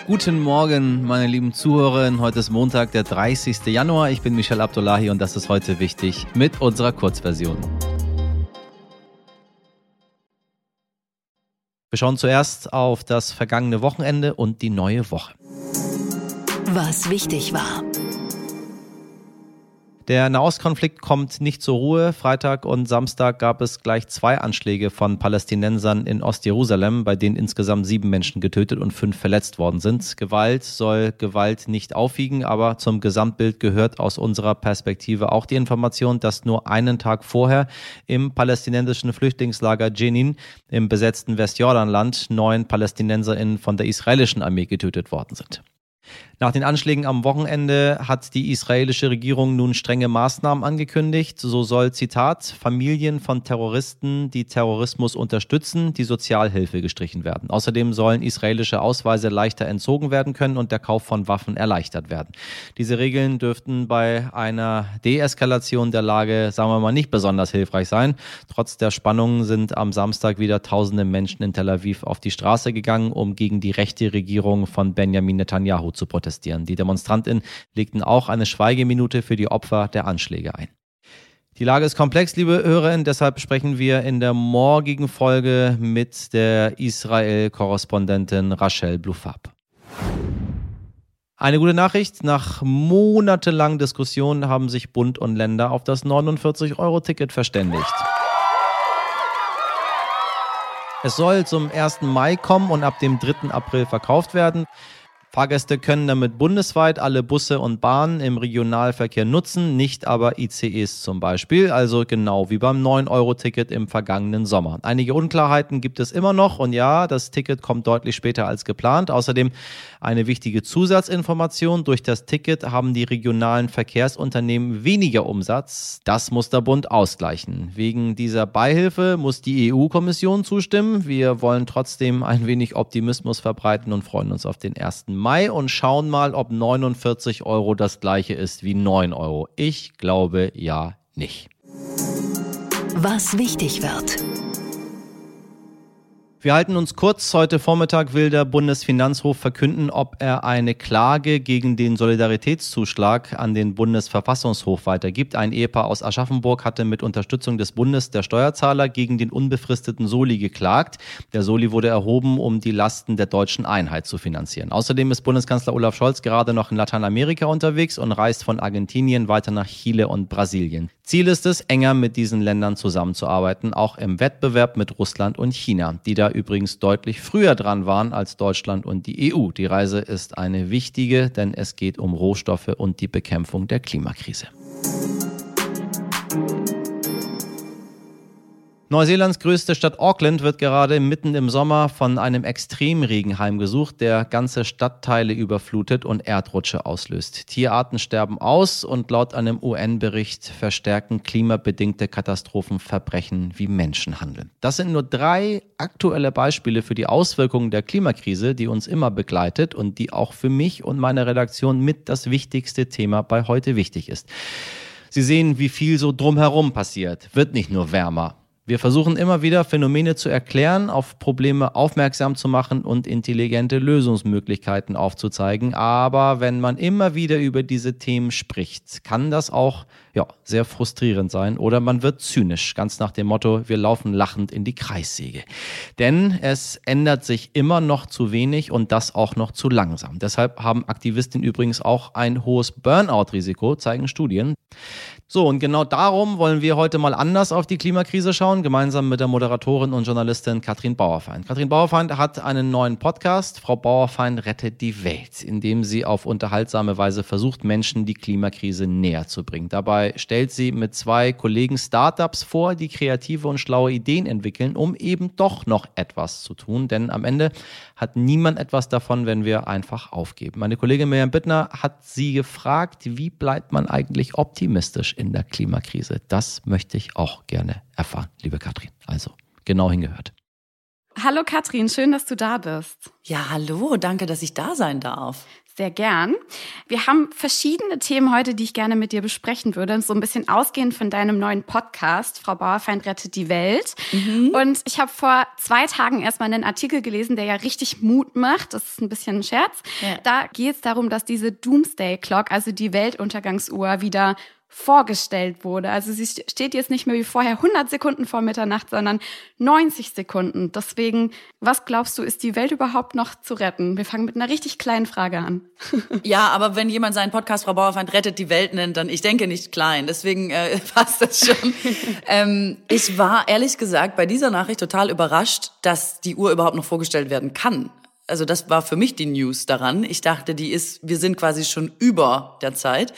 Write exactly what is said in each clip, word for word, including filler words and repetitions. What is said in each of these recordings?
Guten Morgen, meine lieben Zuhörerinnen. Heute ist Montag, der dreißigsten Januar. Ich bin Michel Abdullahi und das ist heute wichtig mit unserer Kurzversion. Wir schauen zuerst auf das vergangene Wochenende und die neue Woche. Was wichtig war. Der Nahostkonflikt kommt nicht zur Ruhe. Freitag und Samstag gab es gleich zwei Anschläge von Palästinensern in Ostjerusalem, bei denen insgesamt sieben Menschen getötet und fünf verletzt worden sind. Gewalt soll Gewalt nicht aufwiegen, aber zum Gesamtbild gehört aus unserer Perspektive auch die Information, dass nur einen Tag vorher im palästinensischen Flüchtlingslager Jenin im besetzten Westjordanland neun PalästinenserInnen von der israelischen Armee getötet worden sind. Nach den Anschlägen am Wochenende hat die israelische Regierung nun strenge Maßnahmen angekündigt. So soll, Zitat, Familien von Terroristen, die Terrorismus unterstützen, die Sozialhilfe gestrichen werden. Außerdem sollen israelische Ausweise leichter entzogen werden können und der Kauf von Waffen erleichtert werden. Diese Regeln dürften bei einer Deeskalation der Lage, sagen wir mal, nicht besonders hilfreich sein. Trotz der Spannungen sind am Samstag wieder tausende Menschen in Tel Aviv auf die Straße gegangen, um gegen die rechte Regierung von Benjamin Netanyahu zu protestieren. Die DemonstrantInnen legten auch eine Schweigeminute für die Opfer der Anschläge ein. Die Lage ist komplex, liebe HörerInnen, deshalb sprechen wir in der morgigen Folge mit der Israel-Korrespondentin Rachel Blufab. Eine gute Nachricht, nach monatelangen Diskussionen haben sich Bund und Länder auf das neunundvierzig Euro Ticket verständigt. Es soll zum ersten Mai kommen und ab dem dritten April verkauft werden. Fahrgäste können damit bundesweit alle Busse und Bahnen im Regionalverkehr nutzen, nicht aber I C Es zum Beispiel, also genau wie beim neun Euro Ticket im vergangenen Sommer. Einige Unklarheiten gibt es immer noch und ja, das Ticket kommt deutlich später als geplant. Außerdem eine wichtige Zusatzinformation: Durch das Ticket haben die regionalen Verkehrsunternehmen weniger Umsatz. Das muss der Bund ausgleichen. Wegen dieser Beihilfe muss die E U-Kommission zustimmen. Wir wollen trotzdem ein wenig Optimismus verbreiten und freuen uns auf den ersten Mai und schauen mal, ob neunundvierzig Euro das gleiche ist wie neun Euro. Ich glaube ja nicht. Was wichtig wird. Wir halten uns kurz. Heute Vormittag will der Bundesfinanzhof verkünden, ob er eine Klage gegen den Solidaritätszuschlag an den Bundesverfassungshof weitergibt. Ein Ehepaar aus Aschaffenburg hatte mit Unterstützung des Bundes der Steuerzahler gegen den unbefristeten Soli geklagt. Der Soli wurde erhoben, um die Lasten der deutschen Einheit zu finanzieren. Außerdem ist Bundeskanzler Olaf Scholz gerade noch in Lateinamerika unterwegs und reist von Argentinien weiter nach Chile und Brasilien. Ziel ist es, enger mit diesen Ländern zusammenzuarbeiten, auch im Wettbewerb mit Russland und China, die da übrigens deutlich früher dran waren als Deutschland und die E U. Die Reise ist eine wichtige, denn es geht um Rohstoffe und die Bekämpfung der Klimakrise. Neuseelands größte Stadt Auckland wird gerade mitten im Sommer von einem Extremregen heimgesucht, der ganze Stadtteile überflutet und Erdrutsche auslöst. Tierarten sterben aus und laut einem U N-Bericht verstärken klimabedingte Katastrophen Verbrechen wie Menschenhandel. Das sind nur drei aktuelle Beispiele für die Auswirkungen der Klimakrise, die uns immer begleitet und die auch für mich und meine Redaktion mit das wichtigste Thema bei heute wichtig ist. Sie sehen, wie viel so drumherum passiert. Wird nicht nur wärmer. Wir versuchen immer wieder, Phänomene zu erklären, auf Probleme aufmerksam zu machen und intelligente Lösungsmöglichkeiten aufzuzeigen. Aber wenn man immer wieder über diese Themen spricht, kann das auch ja, sehr frustrierend sein oder man wird zynisch, ganz nach dem Motto, wir laufen lachend in die Kreissäge. Denn es ändert sich immer noch zu wenig und das auch noch zu langsam. Deshalb haben Aktivistinnen übrigens auch ein hohes Burnout-Risiko, zeigen Studien. So, und genau darum wollen wir heute mal anders auf die Klimakrise schauen, gemeinsam mit der Moderatorin und Journalistin Katrin Bauerfeind. Katrin Bauerfeind hat einen neuen Podcast, Frau Bauerfeind rettet die Welt, in dem sie auf unterhaltsame Weise versucht, Menschen die Klimakrise näher zu bringen. Dabei stellt sie mit zwei Kollegen Startups vor, die kreative und schlaue Ideen entwickeln, um eben doch noch etwas zu tun. Denn am Ende hat niemand etwas davon, wenn wir einfach aufgeben. Meine Kollegin Miriam Bittner hat sie gefragt, wie bleibt man eigentlich optimistisch in der Klimakrise? Das möchte ich auch gerne erfahren, liebe Katrin. Also, genau hingehört. Hallo Katrin, schön, dass du da bist. Ja, hallo, danke, dass ich da sein darf. Sehr gern. Wir haben verschiedene Themen heute, die ich gerne mit dir besprechen würde. So ein bisschen ausgehend von deinem neuen Podcast, Frau Bauerfeind rettet die Welt. Mhm. Und ich habe vor zwei Tagen erstmal einen Artikel gelesen, der ja richtig Mut macht. Das ist ein bisschen ein Scherz. Ja. Da geht es darum, dass diese Doomsday Clock, also die Weltuntergangsuhr, wieder vorgestellt wurde. Also sie steht jetzt nicht mehr wie vorher hundert Sekunden vor Mitternacht, sondern neunzig Sekunden. Deswegen, was glaubst du, ist die Welt überhaupt noch zu retten? Wir fangen mit einer richtig kleinen Frage an. Ja, aber wenn jemand seinen Podcast Frau Bauerfeind rettet die Welt nennt, dann ich denke nicht klein. Deswegen äh, passt das schon. ähm, ich war ehrlich gesagt bei dieser Nachricht total überrascht, dass die Uhr überhaupt noch vorgestellt werden kann. Also das war für mich die News daran. Ich dachte, die ist, wir sind quasi schon über der Zeit.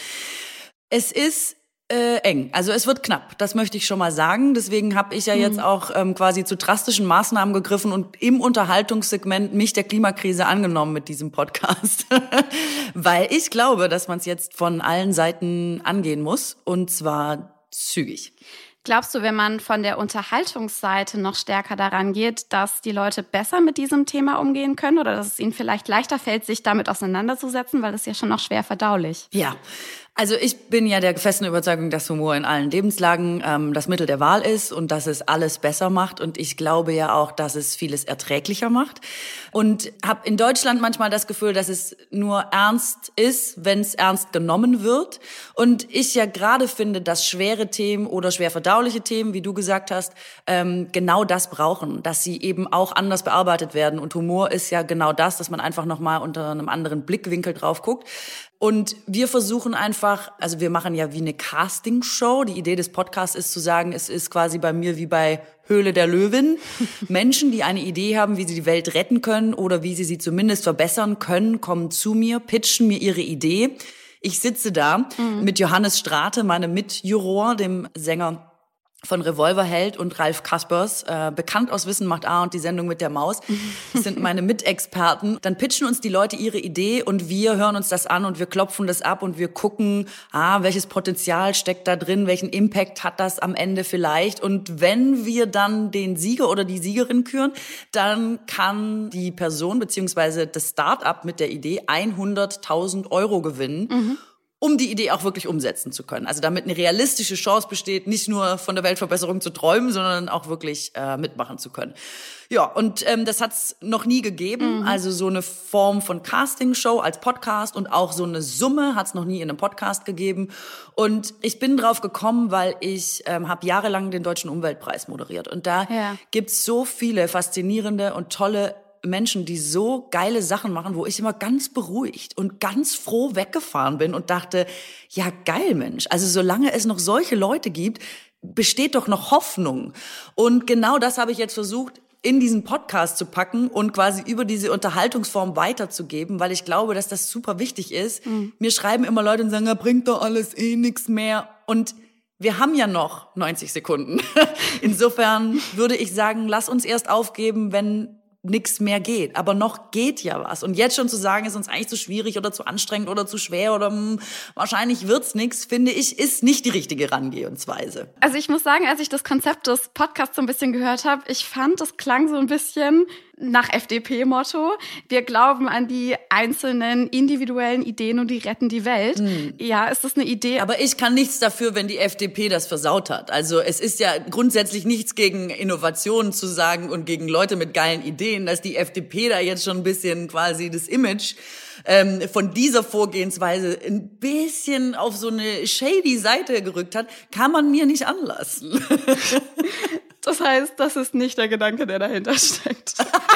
Es ist äh, eng, also es wird knapp, das möchte ich schon mal sagen. Deswegen habe ich ja jetzt auch ähm, quasi zu drastischen Maßnahmen gegriffen und im Unterhaltungssegment mich der Klimakrise angenommen mit diesem Podcast. Weil ich glaube, dass man es jetzt von allen Seiten angehen muss und zwar zügig. Glaubst du, wenn man von der Unterhaltungsseite noch stärker daran geht, dass die Leute besser mit diesem Thema umgehen können oder dass es ihnen vielleicht leichter fällt, sich damit auseinanderzusetzen, weil das ist ja schon noch schwer verdaulich? Ja. Also ich bin ja der festen Überzeugung, dass Humor in allen Lebenslagen ähm, das Mittel der Wahl ist und dass es alles besser macht. Und ich glaube ja auch, dass es vieles erträglicher macht. Und habe in Deutschland manchmal das Gefühl, dass es nur ernst ist, wenn es ernst genommen wird. Und ich ja gerade finde, dass schwere Themen oder schwer verdauliche Themen, wie du gesagt hast, ähm, genau das brauchen, dass sie eben auch anders bearbeitet werden. Und Humor ist ja genau das, dass man einfach nochmal unter einem anderen Blickwinkel drauf guckt. Und wir versuchen einfach, also wir machen ja wie eine Castingshow. Die Idee des Podcasts ist zu sagen, es ist quasi bei mir wie bei Höhle der Löwen. Menschen, die eine Idee haben, wie sie die Welt retten können oder wie sie sie zumindest verbessern können, kommen zu mir, pitchen mir ihre Idee. Ich sitze da mhm. mit Johannes Strate, meinem Mitjuror, dem Sänger von Revolverheld, und Ralf Kaspers, äh, bekannt aus Wissen macht A und die Sendung mit der Maus. Das sind meine Mitexperten. Dann pitchen uns die Leute ihre Idee und wir hören uns das an und wir klopfen das ab und wir gucken, ah, welches Potenzial steckt da drin, welchen Impact hat das am Ende vielleicht. Und wenn wir dann den Sieger oder die Siegerin küren, dann kann die Person beziehungsweise das Start-up mit der Idee hunderttausend Euro gewinnen. Mhm. um die Idee auch wirklich umsetzen zu können. Also damit eine realistische Chance besteht, nicht nur von der Weltverbesserung zu träumen, sondern auch wirklich äh, mitmachen zu können. Ja, und ähm, das hat's noch nie gegeben. Mhm. Also so eine Form von Castingshow als Podcast und auch so eine Summe hat's noch nie in einem Podcast gegeben. Und ich bin drauf gekommen, weil ich ähm, habe jahrelang den Deutschen Umweltpreis moderiert. Und da ja. gibt's so viele faszinierende und tolle Menschen, die so geile Sachen machen, wo ich immer ganz beruhigt und ganz froh weggefahren bin und dachte, ja geil Mensch, also solange es noch solche Leute gibt, besteht doch noch Hoffnung. Und genau das habe ich jetzt versucht, in diesen Podcast zu packen und quasi über diese Unterhaltungsform weiterzugeben, weil ich glaube, dass das super wichtig ist. Mhm. Mir schreiben immer Leute und sagen, ja, bringt doch alles eh nichts mehr. Und wir haben ja noch neunzig Sekunden. Insofern würde ich sagen, lass uns erst aufgeben, wenn nichts mehr geht. Aber noch geht ja was. Und jetzt schon zu sagen, ist uns eigentlich zu schwierig oder zu anstrengend oder zu schwer oder mh, wahrscheinlich wird's nichts, finde ich, ist nicht die richtige Herangehensweise. Also ich muss sagen, als ich das Konzept des Podcasts so ein bisschen gehört habe, ich fand, das klang so ein bisschen nach F D P-Motto. Wir glauben an die einzelnen individuellen Ideen und die retten die Welt. Hm. Ja, ist das eine Idee? Aber ich kann nichts dafür, wenn die F D P das versaut hat. Also es ist ja grundsätzlich nichts gegen Innovationen zu sagen und gegen Leute mit geilen Ideen, dass die F D P da jetzt schon ein bisschen quasi das Image ähm, von dieser Vorgehensweise ein bisschen auf so eine shady Seite gerückt hat, kann man mir nicht anlassen. Das heißt, das ist nicht der Gedanke, der dahinter steckt.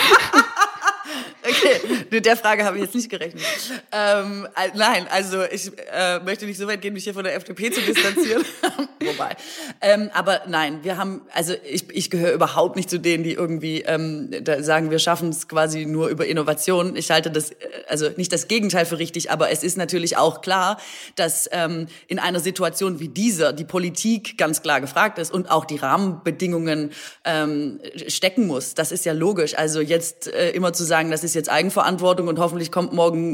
Okay, mit der Frage habe ich jetzt nicht gerechnet. Ähm, äh, nein, also ich äh, möchte nicht so weit gehen, mich hier von der F D P zu distanzieren. Wobei. Ähm, aber nein, wir haben, also ich, ich gehöre überhaupt nicht zu denen, die irgendwie ähm, da sagen, wir schaffen es quasi nur über Innovation. Ich halte das, also nicht das Gegenteil für richtig, aber es ist natürlich auch klar, dass ähm, in einer Situation wie dieser die Politik ganz klar gefragt ist und auch die Rahmenbedingungen ähm, stecken muss. Das ist ja logisch. Also jetzt äh, immer zu sagen, das ist jetzt Eigenverantwortung und hoffentlich kommt morgen eine Firma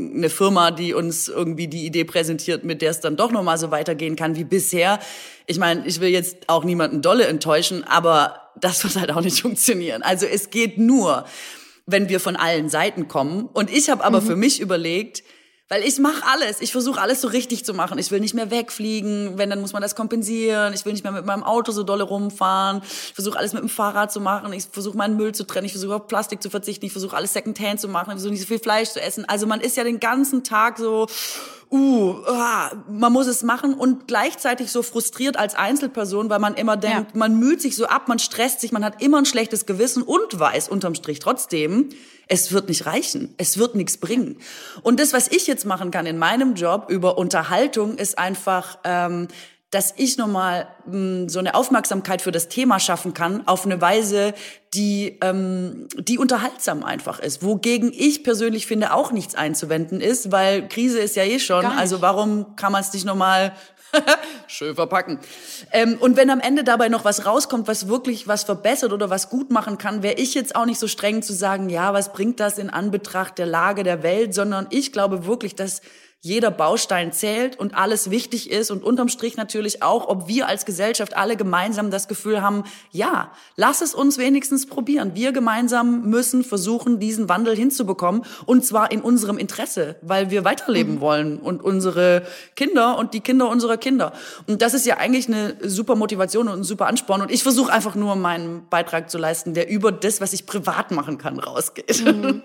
Firma, die uns irgendwie die Idee präsentiert, mit der es dann doch nochmal so weitergehen kann wie bisher. Ich meine, ich will jetzt auch niemanden dolle enttäuschen, aber das wird halt auch nicht funktionieren. Also es geht nur, wenn wir von allen Seiten kommen. Und ich habe aber mhm. für mich überlegt, weil ich mache alles. Ich versuche alles so richtig zu machen. Ich will nicht mehr wegfliegen. Wenn, dann muss man das kompensieren. Ich will nicht mehr mit meinem Auto so dolle rumfahren. Ich versuche alles mit dem Fahrrad zu machen. Ich versuche meinen Müll zu trennen. Ich versuche auf Plastik zu verzichten. Ich versuche alles Secondhand zu machen. Ich versuche nicht so viel Fleisch zu essen. Also man ist ja den ganzen Tag so, uh, ah, man muss es machen und gleichzeitig so frustriert als Einzelperson, weil man immer denkt, ja. man müht sich so ab, man stresst sich, man hat immer ein schlechtes Gewissen und weiß unterm Strich trotzdem, es wird nicht reichen, es wird nichts bringen. Und das, was ich jetzt machen kann in meinem Job über Unterhaltung, ist einfach, ähm, dass ich nochmal mh, so eine Aufmerksamkeit für das Thema schaffen kann, auf eine Weise, die ähm, die unterhaltsam einfach ist. Wogegen ich persönlich finde, auch nichts einzuwenden ist, weil Krise ist ja eh schon, also warum kann man es nicht nochmal schön verpacken. Ähm, und wenn am Ende dabei noch was rauskommt, was wirklich was verbessert oder was gut machen kann, wäre ich jetzt auch nicht so streng zu sagen, ja, was bringt das in Anbetracht der Lage der Welt, sondern ich glaube wirklich, dass jeder Baustein zählt und alles wichtig ist und unterm Strich natürlich auch, ob wir als Gesellschaft alle gemeinsam das Gefühl haben, ja, lass es uns wenigstens probieren. Wir gemeinsam müssen versuchen, diesen Wandel hinzubekommen und zwar in unserem Interesse, weil wir weiterleben mhm. wollen und unsere Kinder und die Kinder unserer Kinder. Und das ist ja eigentlich eine super Motivation und ein super Ansporn und ich versuche einfach nur meinen Beitrag zu leisten, der über das, was ich privat machen kann, rausgeht. Mhm.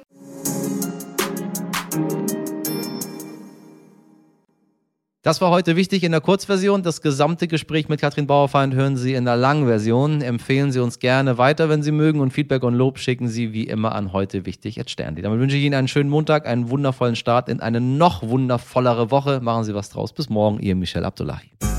Das war heute wichtig in der Kurzversion. Das gesamte Gespräch mit Katrin Bauerfeind hören Sie in der Langversion. Empfehlen Sie uns gerne weiter, wenn Sie mögen. Und Feedback und Lob schicken Sie wie immer an heute wichtig at stern punkt de. Damit wünsche ich Ihnen einen schönen Montag, einen wundervollen Start in eine noch wundervollere Woche. Machen Sie was draus. Bis morgen, Ihr Michel Abdullahi.